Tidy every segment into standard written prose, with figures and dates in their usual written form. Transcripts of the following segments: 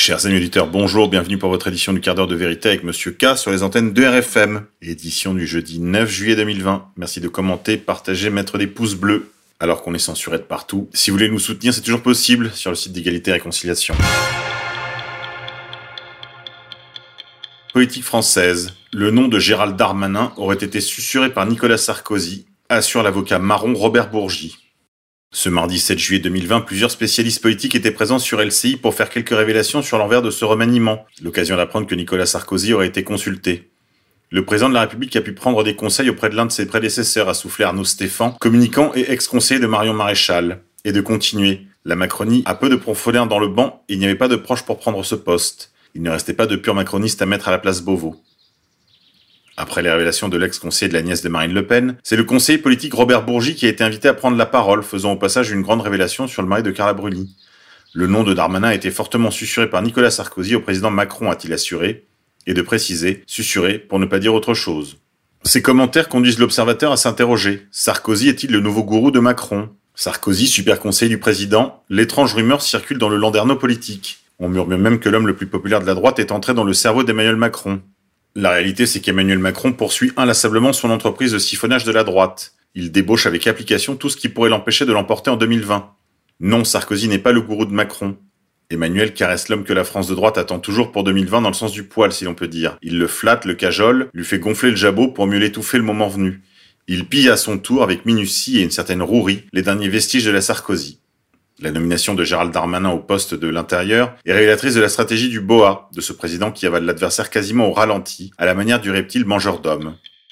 Chers amis auditeurs, bonjour, bienvenue pour votre édition du quart d'heure de vérité avec Monsieur K sur les antennes de RFM. Édition du jeudi 9 juillet 2020. Merci de commenter, partager, mettre des pouces bleus, alors qu'on est censuré de partout. Si vous voulez nous soutenir, c'est toujours possible sur le site d'égalité et réconciliation. Politique française. Le nom de Gérald Darmanin aurait été susurré par Nicolas Sarkozy, assure l'avocat marron Robert Bourgi. Ce mardi 7 juillet 2020, plusieurs spécialistes politiques étaient présents sur LCI pour faire quelques révélations sur l'envers de ce remaniement. L'occasion d'apprendre que Nicolas Sarkozy aurait été consulté. Le président de la République a pu prendre des conseils auprès de l'un de ses prédécesseurs, a soufflé Arnaud Stéphan, communicant et ex-conseiller de Marion Maréchal. Et de continuer. La Macronie a peu de profondeur dans le banc et il n'y avait pas de proche pour prendre ce poste. Il ne restait pas de purs macronistes à mettre à la place Beauvau. Après les révélations de l'ex-conseiller de la nièce de Marine Le Pen, c'est le conseiller politique Robert Bourgi qui a été invité à prendre la parole, faisant au passage une grande révélation sur le mari de Carla Bruni. Le nom de Darmanin a été fortement susurré par Nicolas Sarkozy au président Macron, a-t-il assuré, et de préciser, susurré pour ne pas dire autre chose. Ces commentaires conduisent l'observateur à s'interroger. Sarkozy est-il le nouveau gourou de Macron ? Sarkozy, super conseiller du président, l'étrange rumeur circule dans le landerneau politique. On murmure même que l'homme le plus populaire de la droite est entré dans le cerveau d'Emmanuel Macron. La réalité, c'est qu'Emmanuel Macron poursuit inlassablement son entreprise de siphonnage de la droite. Il débauche avec application tout ce qui pourrait l'empêcher de l'emporter en 2020. Non, Sarkozy n'est pas le gourou de Macron. Emmanuel caresse l'homme que la France de droite attend toujours pour 2020 dans le sens du poil, si l'on peut dire. Il le flatte, le cajole, lui fait gonfler le jabot pour mieux l'étouffer le moment venu. Il pille à son tour, avec minutie et une certaine rouerie, les derniers vestiges de la Sarkozy. La nomination de Gérald Darmanin au poste de l'Intérieur est révélatrice de la stratégie du BOA, de ce président qui avale l'adversaire quasiment au ralenti, à la manière du reptile mangeur d'hommes.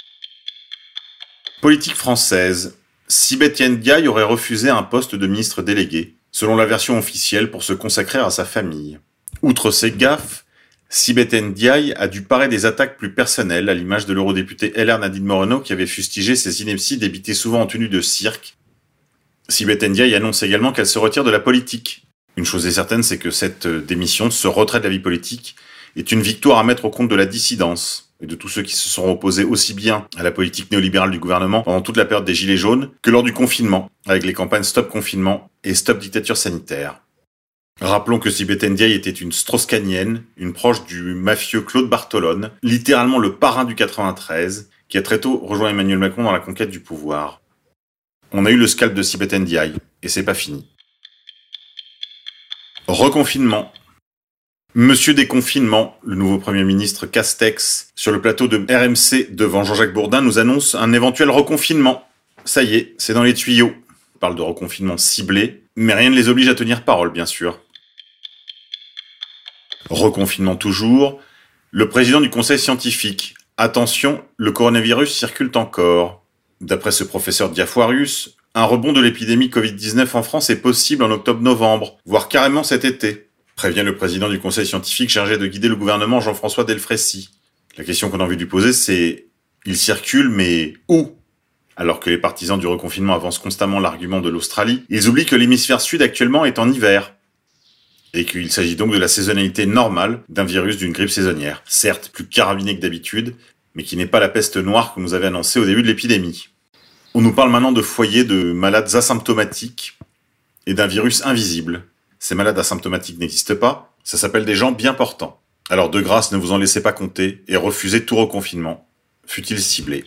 Politique française. Sibeth Ndiaye aurait refusé un poste de ministre délégué, selon la version officielle, pour se consacrer à sa famille. Outre ses gaffes, Sibeth Ndiaye a dû parer des attaques plus personnelles, à l'image de l'eurodéputée LR Nadine Morano qui avait fustigé ses inepties débitées souvent en tenue de cirque. Sibeth Ndiaye annonce également qu'elle se retire de la politique. Une chose est certaine, c'est que cette démission, ce retrait de la vie politique, est une victoire à mettre au compte de la dissidence et de tous ceux qui se sont opposés aussi bien à la politique néolibérale du gouvernement pendant toute la période des Gilets jaunes que lors du confinement, avec les campagnes Stop Confinement et Stop Dictature Sanitaire. Rappelons que Sibeth Ndiaye était une strauss-kahnienne, une proche du mafieux Claude Bartolone, littéralement le parrain du 93, qui a très tôt rejoint Emmanuel Macron dans la conquête du pouvoir. On a eu le scalp de Sibeth Ndiaye, et c'est pas fini. Reconfinement. Monsieur Déconfinement, le nouveau Premier ministre Castex, sur le plateau de RMC devant Jean-Jacques Bourdin, nous annonce un éventuel reconfinement. Ça y est, c'est dans les tuyaux. On parle de reconfinement ciblé, mais rien ne les oblige à tenir parole, bien sûr. Reconfinement toujours. Le président du conseil scientifique. Attention, le coronavirus circule encore. D'après ce professeur Diafoirus, un rebond de l'épidémie Covid-19 en France est possible en octobre-novembre, voire carrément cet été, prévient le président du conseil scientifique chargé de guider le gouvernement Jean-François Delfrécy. La question qu'on a envie de lui poser, c'est « il circule, mais où ?» Alors que les partisans du reconfinement avancent constamment l'argument de l'Australie, ils oublient que l'hémisphère sud actuellement est en hiver, et qu'il s'agit donc de la saisonnalité normale d'un virus d'une grippe saisonnière, certes plus carabiné que d'habitude, mais qui n'est pas la peste noire que nous avait annoncée au début de l'épidémie. On nous parle maintenant de foyers de malades asymptomatiques et d'un virus invisible. Ces malades asymptomatiques n'existent pas, ça s'appelle des gens bien portants. Alors de grâce, ne vous en laissez pas compter et refusez tout reconfinement, fût-il ciblé.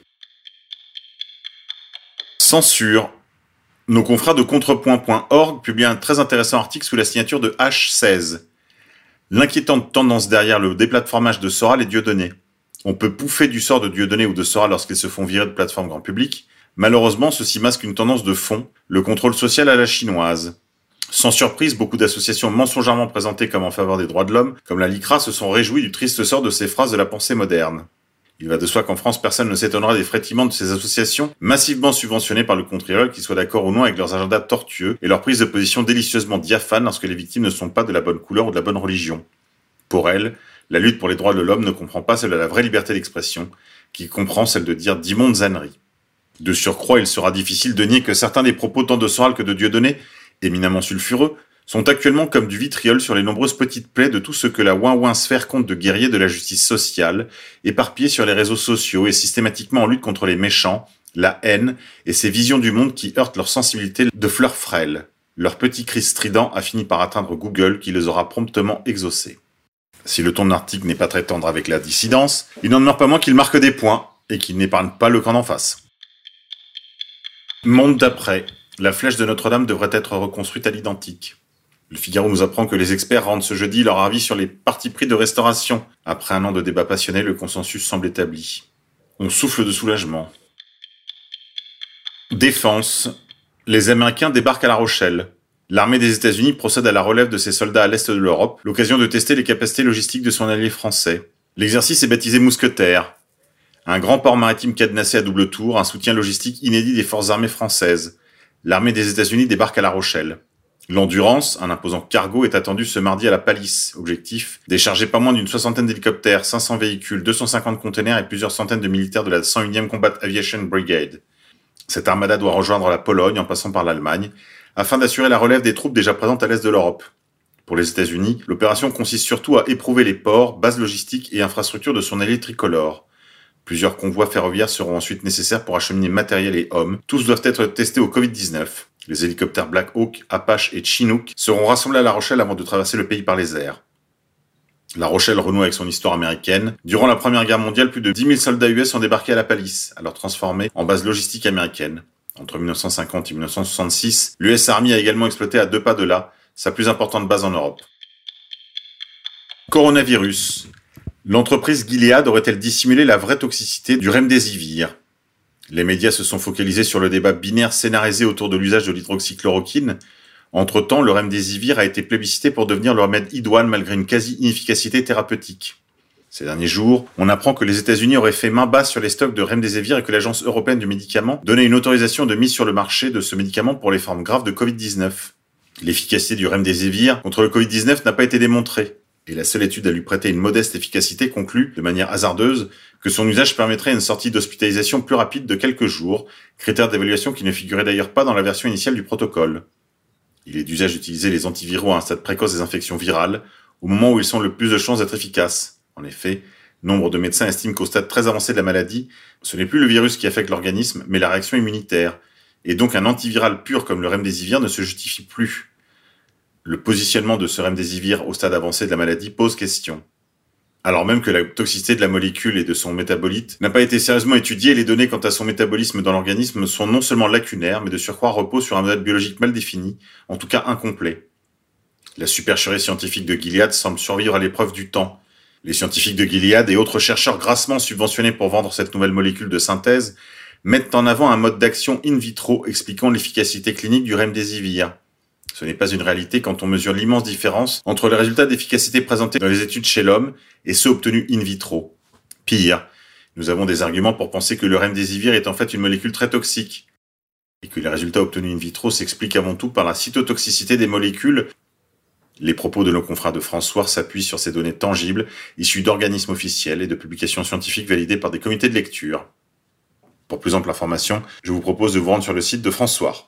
Censure. Nos confrères de contrepoint.org publient un très intéressant article sous la signature de H16. L'inquiétante tendance derrière le déplatformage de Soral et Dieudonné. On peut pouffer du sort de Dieudonné ou de Soral lorsqu'ils se font virer de plateforme grand public. Malheureusement, ceci masque une tendance de fond, le contrôle social à la chinoise. Sans surprise, beaucoup d'associations mensongèrement présentées comme en faveur des droits de l'homme, comme la LICRA, se sont réjouies du triste sort de ces phrases de la pensée moderne. Il va de soi qu'en France, personne ne s'étonnera des frétillements de ces associations massivement subventionnées par le contribuable, qu'ils soient d'accord ou non avec leurs agendas tortueux et leur prise de position délicieusement diaphane lorsque les victimes ne sont pas de la bonne couleur ou de la bonne religion. Pour elles, la lutte pour les droits de l'homme ne comprend pas celle de la vraie liberté d'expression, qui comprend celle de dire d'immondes âneries. De surcroît, il sera difficile de nier que certains des propos tant de Soral que de Dieudonné, éminemment sulfureux, sont actuellement comme du vitriol sur les nombreuses petites plaies de tout ce que la ouin-ouin sphère compte de guerriers de la justice sociale, éparpillés sur les réseaux sociaux et systématiquement en lutte contre les méchants, la haine et ces visions du monde qui heurtent leur sensibilité de fleurs frêles. Leur petit cri strident a fini par atteindre Google qui les aura promptement exaucés. Si le ton de l'article n'est pas très tendre avec la dissidence, il n'en demeure pas moins qu'il marque des points et qu'il n'épargne pas le camp d'en face. Monde d'après. La flèche de Notre-Dame devrait être reconstruite à l'identique. Le Figaro nous apprend que les experts rendent ce jeudi leur avis sur les partis pris de restauration. Après un an de débats passionnés, le consensus semble établi. On souffle de soulagement. Défense. Les Américains débarquent à La Rochelle. L'armée des États-Unis procède à la relève de ses soldats à l'est de l'Europe, l'occasion de tester les capacités logistiques de son allié français. L'exercice est baptisé Mousquetaire. Un grand port maritime cadenassé à double tour, un soutien logistique inédit des forces armées françaises. L'armée des États-Unis débarque à La Rochelle. L'Endurance, un imposant cargo, est attendu ce mardi à la Palisse. Objectif, décharger pas moins d'une 60aine d'hélicoptères, 500 véhicules, 250 containers et plusieurs centaines de militaires de la 101e Combat Aviation Brigade. Cette armada doit rejoindre la Pologne en passant par l'Allemagne, afin d'assurer la relève des troupes déjà présentes à l'est de l'Europe. Pour les États-Unis, l'opération consiste surtout à éprouver les ports, bases logistiques et infrastructures de son allié tricolore. Plusieurs convois ferroviaires seront ensuite nécessaires pour acheminer matériel et hommes. Tous doivent être testés au Covid-19. Les hélicoptères Black Hawk, Apache et Chinook seront rassemblés à La Rochelle avant de traverser le pays par les airs. La Rochelle renoue avec son histoire américaine. Durant la Première Guerre mondiale, plus de 10 000 soldats US ont débarqué à la Palisse, alors transformée en base logistique américaine. Entre 1950 et 1966, l'US Army a également exploité à 2 pas de là sa plus importante base en Europe. Coronavirus. L'entreprise Gilead aurait-elle dissimulé la vraie toxicité du remdesivir ? Les médias se sont focalisés sur le débat binaire scénarisé autour de l'usage de l'hydroxychloroquine. Entre-temps, le remdesivir a été plébiscité pour devenir le remède idoine malgré une quasi-inefficacité thérapeutique. Ces derniers jours, on apprend que les États-Unis auraient fait main basse sur les stocks de remdesivir et que l'Agence européenne du médicament donnait une autorisation de mise sur le marché de ce médicament pour les formes graves de Covid-19. L'efficacité du remdesivir contre le Covid-19 n'a pas été démontrée, et la seule étude à lui prêter une modeste efficacité conclut, de manière hasardeuse, que son usage permettrait une sortie d'hospitalisation plus rapide de quelques jours, critère d'évaluation qui ne figurait d'ailleurs pas dans la version initiale du protocole. Il est d'usage d'utiliser les antiviraux à un stade précoce des infections virales, au moment où ils ont le plus de chances d'être efficaces. En effet, nombre de médecins estiment qu'au stade très avancé de la maladie, ce n'est plus le virus qui affecte l'organisme, mais la réaction immunitaire, et donc un antiviral pur comme le remdesivir ne se justifie plus. Le positionnement de ce remdesivir au stade avancé de la maladie pose question. Alors même que la toxicité de la molécule et de son métabolite n'a pas été sérieusement étudiée, les données quant à son métabolisme dans l'organisme sont non seulement lacunaires, mais de surcroît reposent sur un modèle biologique mal défini, en tout cas incomplet. La supercherie scientifique de Gilead semble survivre à l'épreuve du temps. Les scientifiques de Gilead et autres chercheurs grassement subventionnés pour vendre cette nouvelle molécule de synthèse mettent en avant un mode d'action in vitro expliquant l'efficacité clinique du remdesivir. Ce n'est pas une réalité quand on mesure l'immense différence entre les résultats d'efficacité présentés dans les études chez l'homme et ceux obtenus in vitro. Pire, nous avons des arguments pour penser que le remdesivir est en fait une molécule très toxique, et que les résultats obtenus in vitro s'expliquent avant tout par la cytotoxicité des molécules. Les propos de nos confrères de François s'appuient sur ces données tangibles, issues d'organismes officiels et de publications scientifiques validées par des comités de lecture. Pour plus ample information, je vous propose de vous rendre sur le site de François.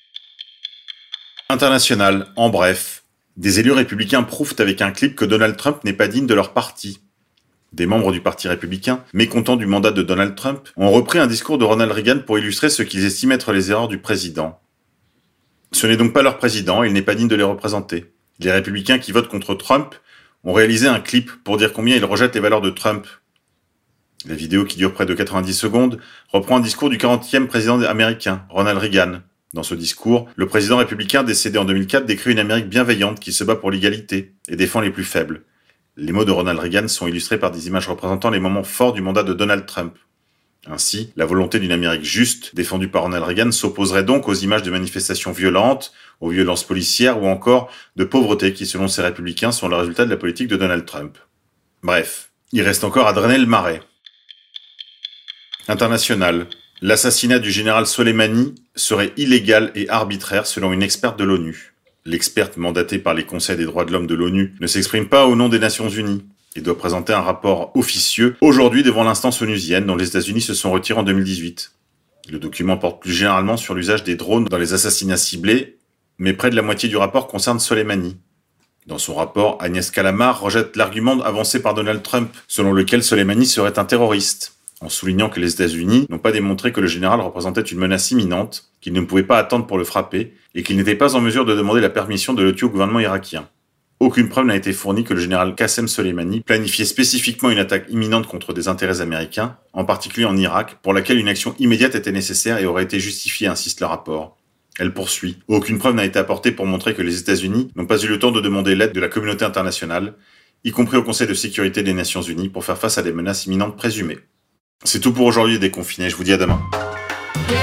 International, en bref, des élus républicains prouvent avec un clip que Donald Trump n'est pas digne de leur parti. Des membres du parti républicain, mécontents du mandat de Donald Trump, ont repris un discours de Ronald Reagan pour illustrer ce qu'ils estiment être les erreurs du président. Ce n'est donc pas leur président, il n'est pas digne de les représenter. Les républicains qui votent contre Trump ont réalisé un clip pour dire combien ils rejettent les valeurs de Trump. La vidéo, qui dure près de 90 secondes, reprend un discours du 40e président américain, Ronald Reagan. Dans ce discours, le président républicain décédé en 2004 décrit une Amérique bienveillante qui se bat pour l'égalité et défend les plus faibles. Les mots de Ronald Reagan sont illustrés par des images représentant les moments forts du mandat de Donald Trump. Ainsi, la volonté d'une Amérique juste, défendue par Ronald Reagan, s'opposerait donc aux images de manifestations violentes, aux violences policières ou encore de pauvreté qui, selon ces républicains, sont le résultat de la politique de Donald Trump. Bref, il reste encore à drainer le marais. International. L'assassinat du général Soleimani serait illégal et arbitraire selon une experte de l'ONU. L'experte mandatée par les conseils des droits de l'homme de l'ONU ne s'exprime pas au nom des Nations Unies et doit présenter un rapport officieux aujourd'hui devant l'instance onusienne dont les États-Unis se sont retirés en 2018. Le document porte plus généralement sur l'usage des drones dans les assassinats ciblés, mais près de la moitié du rapport concerne Soleimani. Dans son rapport, Agnès Callamard rejette l'argument avancé par Donald Trump, selon lequel Soleimani serait un terroriste, en soulignant que les États-Unis n'ont pas démontré que le général représentait une menace imminente, qu'ils ne pouvaient pas attendre pour le frapper, et qu'ils n'étaient pas en mesure de demander la permission de l'OTAN au gouvernement irakien. aucune preuve n'a été fournie que le général Qassem Soleimani planifiait spécifiquement une attaque imminente contre des intérêts américains, en particulier en Irak, pour laquelle une action immédiate était nécessaire et aurait été justifiée, insiste le rapport. Elle poursuit. Aucune preuve n'a été apportée pour montrer que les États-Unis n'ont pas eu le temps de demander l'aide de la communauté internationale, y compris au Conseil de sécurité des Nations Unies, pour faire face à des menaces imminentes présumées. C'est tout pour aujourd'hui, déconfinés. Je vous dis à demain.